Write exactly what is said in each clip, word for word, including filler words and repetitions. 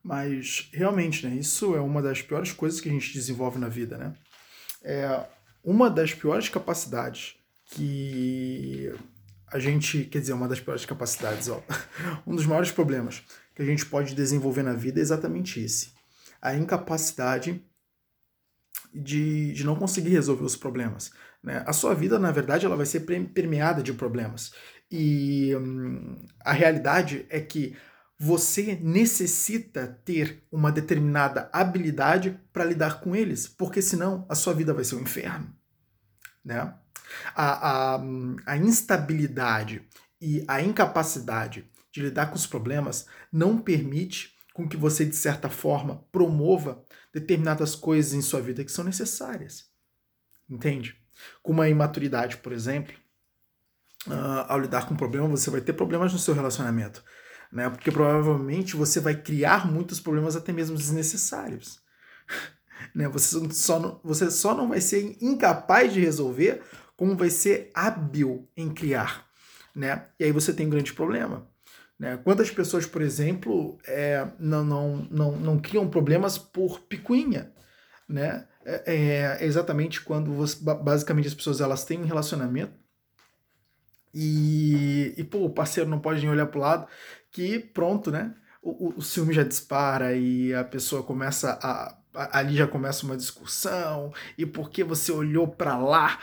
Mas, realmente, né, isso é uma das piores coisas que a gente desenvolve na vida, né? É uma das piores capacidades que a gente, quer dizer, uma das piores capacidades, ó, um dos maiores problemas que a gente pode desenvolver na vida é exatamente esse. A incapacidade de, de não conseguir resolver os problemas, né? A sua vida, na verdade, ela vai ser permeada de problemas. E hum, a realidade é que você necessita ter uma determinada habilidade para lidar com eles, porque senão a sua vida vai ser um inferno, né? A, a, a instabilidade e a incapacidade de lidar com os problemas não permite com que você, de certa forma, promova determinadas coisas em sua vida que são necessárias. Entende? Com uma imaturidade, por exemplo, uh, ao lidar com um problema, você vai ter problemas no seu relacionamento. Né? Porque provavelmente você vai criar muitos problemas até mesmo desnecessários. Né? Você, só não, você só não vai ser incapaz de resolver, como vai ser hábil em criar. Né? E aí você tem um grande problema. Né? Quantas pessoas, por exemplo, é, não, não, não, não criam problemas por picuinha? Né? É, é exatamente quando você, basicamente as pessoas elas têm um relacionamento e, e pô, o parceiro não pode nem olhar pro lado, que pronto, né? O, o, o ciúme já dispara e a pessoa começa a, a ali já começa uma discussão, e por que você olhou para lá?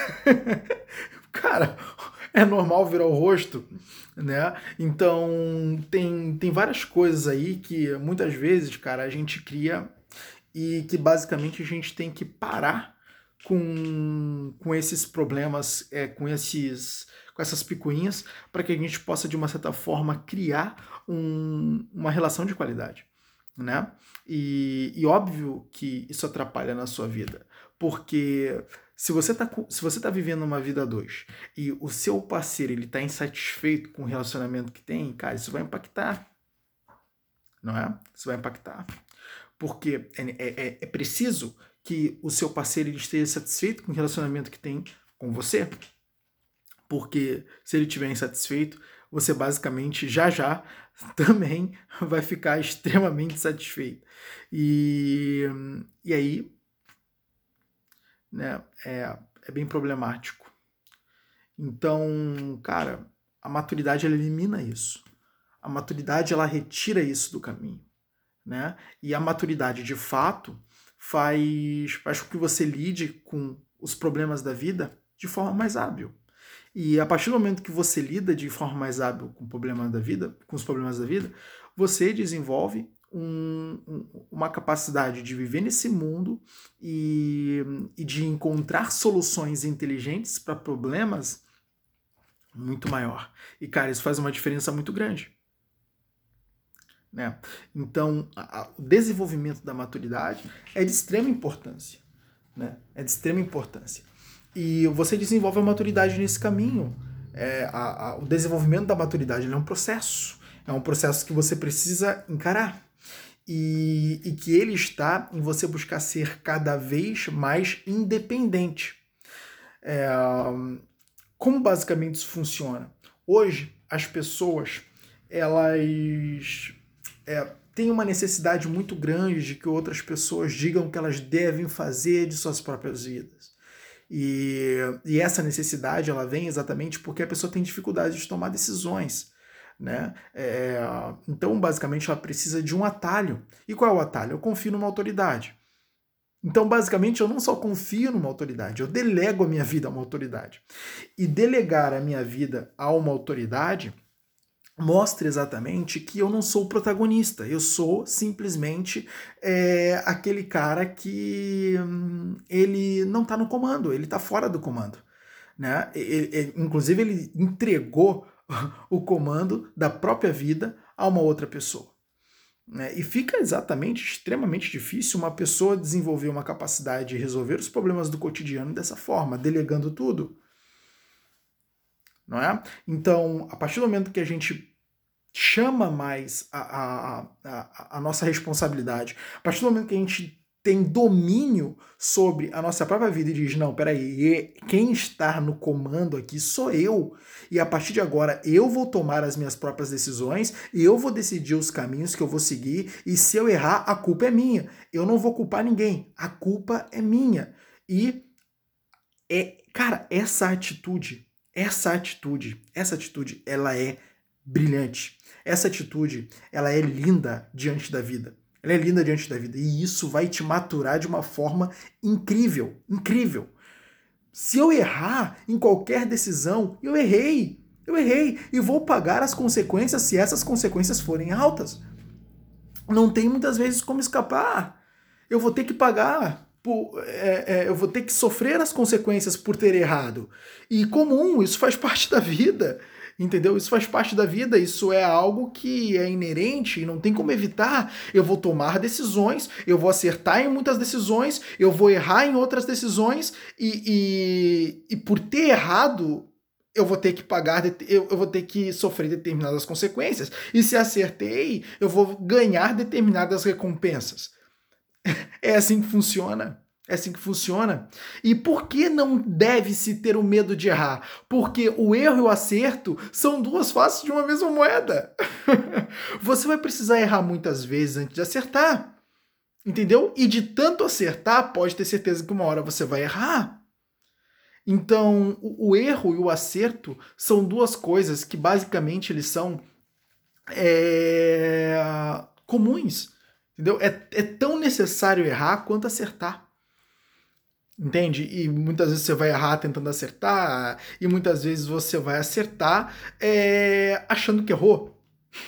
Cara, é normal virar o rosto, né? Então tem, tem várias coisas aí que muitas vezes, cara, a gente cria e que basicamente a gente tem que parar com, com esses problemas, é, com, esses, com essas picuinhas, para que a gente possa, de uma certa forma, criar um, uma relação de qualidade. Né? E, e óbvio que isso atrapalha na sua vida, porque se você está se você tá vivendo uma vida a dois e o seu parceiro ele está insatisfeito com o relacionamento que tem, cara, isso vai impactar, não é? Isso vai impactar. Porque é, é, é preciso que o seu parceiro ele esteja satisfeito com o relacionamento que tem com você. Porque se ele estiver insatisfeito, você basicamente já já também vai ficar extremamente satisfeito. E, e aí, né, é, é bem problemático. Então, cara, a maturidade ela elimina isso. A maturidade ela retira isso do caminho. Né? E a maturidade, de fato, faz, faz com que você lide com os problemas da vida de forma mais hábil. E a partir do momento que você lida de forma mais hábil com, o problema da vida, com os problemas da vida, você desenvolve um, um, uma capacidade de viver nesse mundo e, e de encontrar soluções inteligentes para problemas muito maior. E, cara, isso faz uma diferença muito grande. Né? Então, a, a, o desenvolvimento da maturidade é de extrema importância. Né? É de extrema importância. E você desenvolve a maturidade nesse caminho. É, a, a, o desenvolvimento da maturidade é um processo. É um processo que você precisa encarar. E, e que ele está em você buscar ser cada vez mais independente. É, como basicamente isso funciona? Hoje, as pessoas elas é, têm uma necessidade muito grande de que outras pessoas digam o que elas devem fazer de suas próprias vidas. E, e essa necessidade ela vem exatamente porque a pessoa tem dificuldade de tomar decisões. Né? É, então, basicamente, ela precisa de um atalho. E qual é o atalho? Eu confio numa autoridade. Então, basicamente, eu não só confio numa autoridade, eu delego a minha vida a uma autoridade. E delegar a minha vida a uma autoridade mostra exatamente que eu não sou o protagonista, eu sou simplesmente é, aquele cara que hum, ele não está no comando, ele está fora do comando. Né? Ele, ele, inclusive, ele entregou o comando da própria vida a uma outra pessoa. Né? E fica exatamente extremamente difícil uma pessoa desenvolver uma capacidade de resolver os problemas do cotidiano dessa forma, delegando tudo. Não é? Então, a partir do momento que a gente chama mais a, a, a, a nossa responsabilidade, a partir do momento que a gente tem domínio sobre a nossa própria vida e diz, não, peraí, quem está no comando aqui sou eu, e a partir de agora eu vou tomar as minhas próprias decisões, e eu vou decidir os caminhos que eu vou seguir, e se eu errar, a culpa é minha. Eu não vou culpar ninguém, a culpa é minha. E, é, cara, essa atitude, essa atitude, essa atitude, ela é brilhante. Essa atitude, ela é linda diante da vida. Ela é linda diante da vida. E isso vai te maturar de uma forma incrível. Incrível. Se eu errar em qualquer decisão, eu errei. Eu errei. E vou pagar as consequências se essas consequências forem altas. Não tem muitas vezes como escapar. Eu vou ter que pagar. Por, é, é, eu vou ter que sofrer as consequências por ter errado. E comum, isso faz parte da vida. Entendeu? Isso faz parte da vida, isso é algo que é inerente e não tem como evitar. Eu vou tomar decisões, eu vou acertar em muitas decisões, eu vou errar em outras decisões e, e, e por ter errado, eu vou ter que pagar, eu, eu vou ter que sofrer determinadas consequências. E se acertei, eu vou ganhar determinadas recompensas. É assim que funciona. É assim que funciona. E por que não deve-se ter o medo de errar? Porque o erro e o acerto são duas faces de uma mesma moeda. Você vai precisar errar muitas vezes antes de acertar. Entendeu? E de tanto acertar, pode ter certeza que uma hora você vai errar. Então, o, o erro e o acerto são duas coisas que basicamente eles são é, comuns. Entendeu? É, é tão necessário errar quanto acertar. Entende? E muitas vezes você vai errar tentando acertar, e muitas vezes você vai acertar é, achando que errou.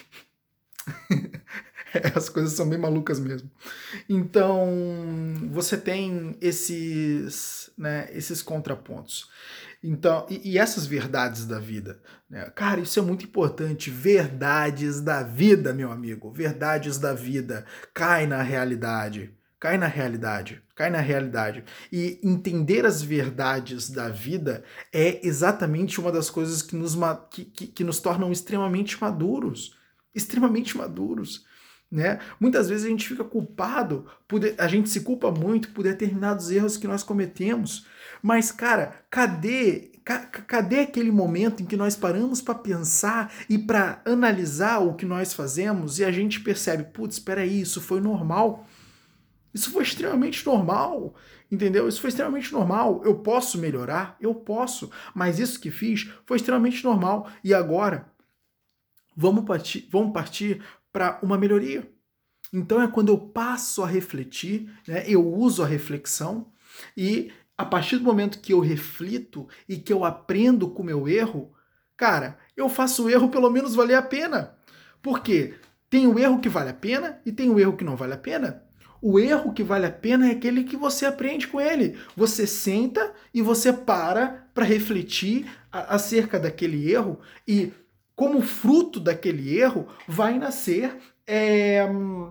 As coisas são bem malucas mesmo. Então, você tem esses, né, esses contrapontos. Então, e, e essas verdades da vida, né? Cara, isso é muito importante. Verdades da vida, meu amigo. Verdades da vida. Cai na realidade. Cai na realidade, cai na realidade. E entender as verdades da vida é exatamente uma das coisas que nos, que, que, que nos tornam extremamente maduros. Extremamente maduros. Né? Muitas vezes a gente fica culpado, por, a gente se culpa muito por determinados erros que nós cometemos. Mas, cara, cadê, ca, cadê aquele momento em que nós paramos para pensar e para analisar o que nós fazemos e a gente percebe, putz, espera aí, isso foi normal. Isso foi extremamente normal, entendeu? Isso foi extremamente normal. Eu posso melhorar? Eu posso. Mas isso que fiz foi extremamente normal. E agora, vamos partir, vamos partir para uma melhoria. Então é quando eu passo a refletir, né? Eu uso a reflexão e a partir do momento que eu reflito e que eu aprendo com o meu erro, cara, eu faço o erro pelo menos valer a pena. Por quê? Tem o erro que vale a pena e tem o erro que não vale a pena. O erro que vale a pena é aquele que você aprende com ele. Você senta e você para para refletir a, acerca daquele erro e, como fruto daquele erro, vai nascer é,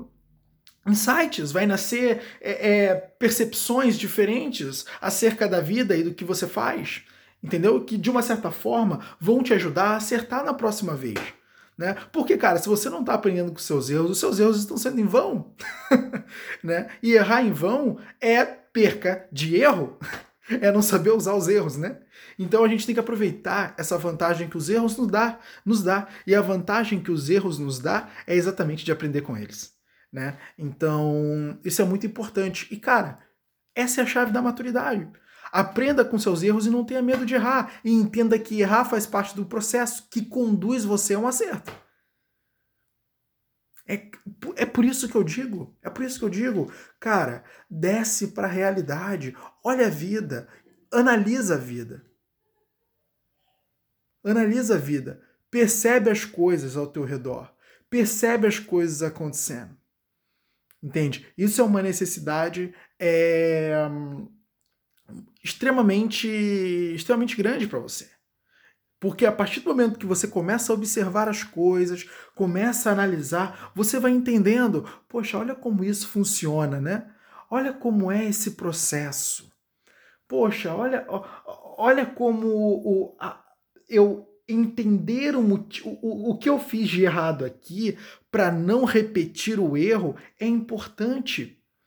insights, vai nascer é, é, percepções diferentes acerca da vida e do que você faz. Entendeu? Que, de uma certa forma, vão te ajudar a acertar na próxima vez. Né? Porque, cara, se você não está aprendendo com seus erros, os seus erros estão sendo em vão. Né? E errar em vão é perca de erro, é não saber usar os erros, né? Então a gente tem que aproveitar essa vantagem que os erros nos dá, nos dá. E a vantagem que os erros nos dá é exatamente de aprender com eles. Né? Então, isso é muito importante. E, cara, essa é a chave da maturidade. Aprenda com seus erros e não tenha medo de errar. E entenda que errar faz parte do processo que conduz você a um acerto. É, é por isso que eu digo, é por isso que eu digo, cara, desce para a realidade, olha a vida, analisa a vida. Analisa a vida, percebe as coisas ao teu redor, percebe as coisas acontecendo. Entende? Isso é uma necessidade é, extremamente, extremamente grande para você. Porque a partir do momento que você começa a observar as coisas, começa a analisar, você vai entendendo, poxa, olha como isso funciona, né? Olha como é esse processo. Poxa, olha, olha como o, a, eu entender o, o, o que eu fiz de errado aqui para não repetir o erro é importante.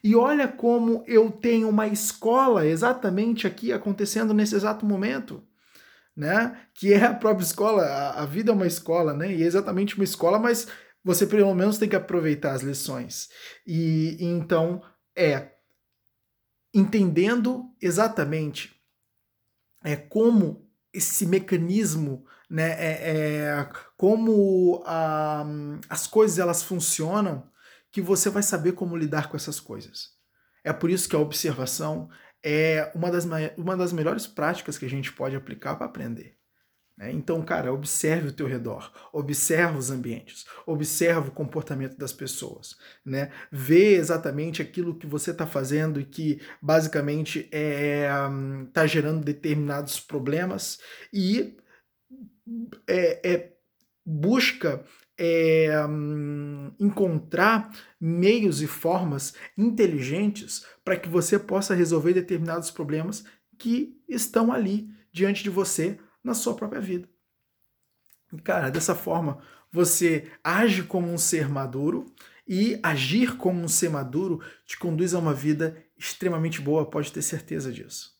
E olha como eu tenho uma escola exatamente aqui acontecendo nesse exato momento, né? Que é a própria escola, a, a vida é uma escola, né? E é exatamente uma escola, mas você pelo menos tem que aproveitar as lições. E, e então é entendendo exatamente é, como esse mecanismo, né, é, é, como a, as coisas elas funcionam, que você vai saber como lidar com essas coisas. É por isso que a observação é uma das, uma das melhores práticas que a gente pode aplicar para aprender. Então, cara, observe o teu redor, observe os ambientes, observe o comportamento das pessoas, né? Vê exatamente aquilo que você está fazendo e que basicamente está é, tá gerando determinados problemas e é, é, busca é, encontrar meios e formas inteligentes para que você possa resolver determinados problemas que estão ali diante de você na sua própria vida. E, cara, dessa forma, você age como um ser maduro e agir como um ser maduro te conduz a uma vida extremamente boa, pode ter certeza disso.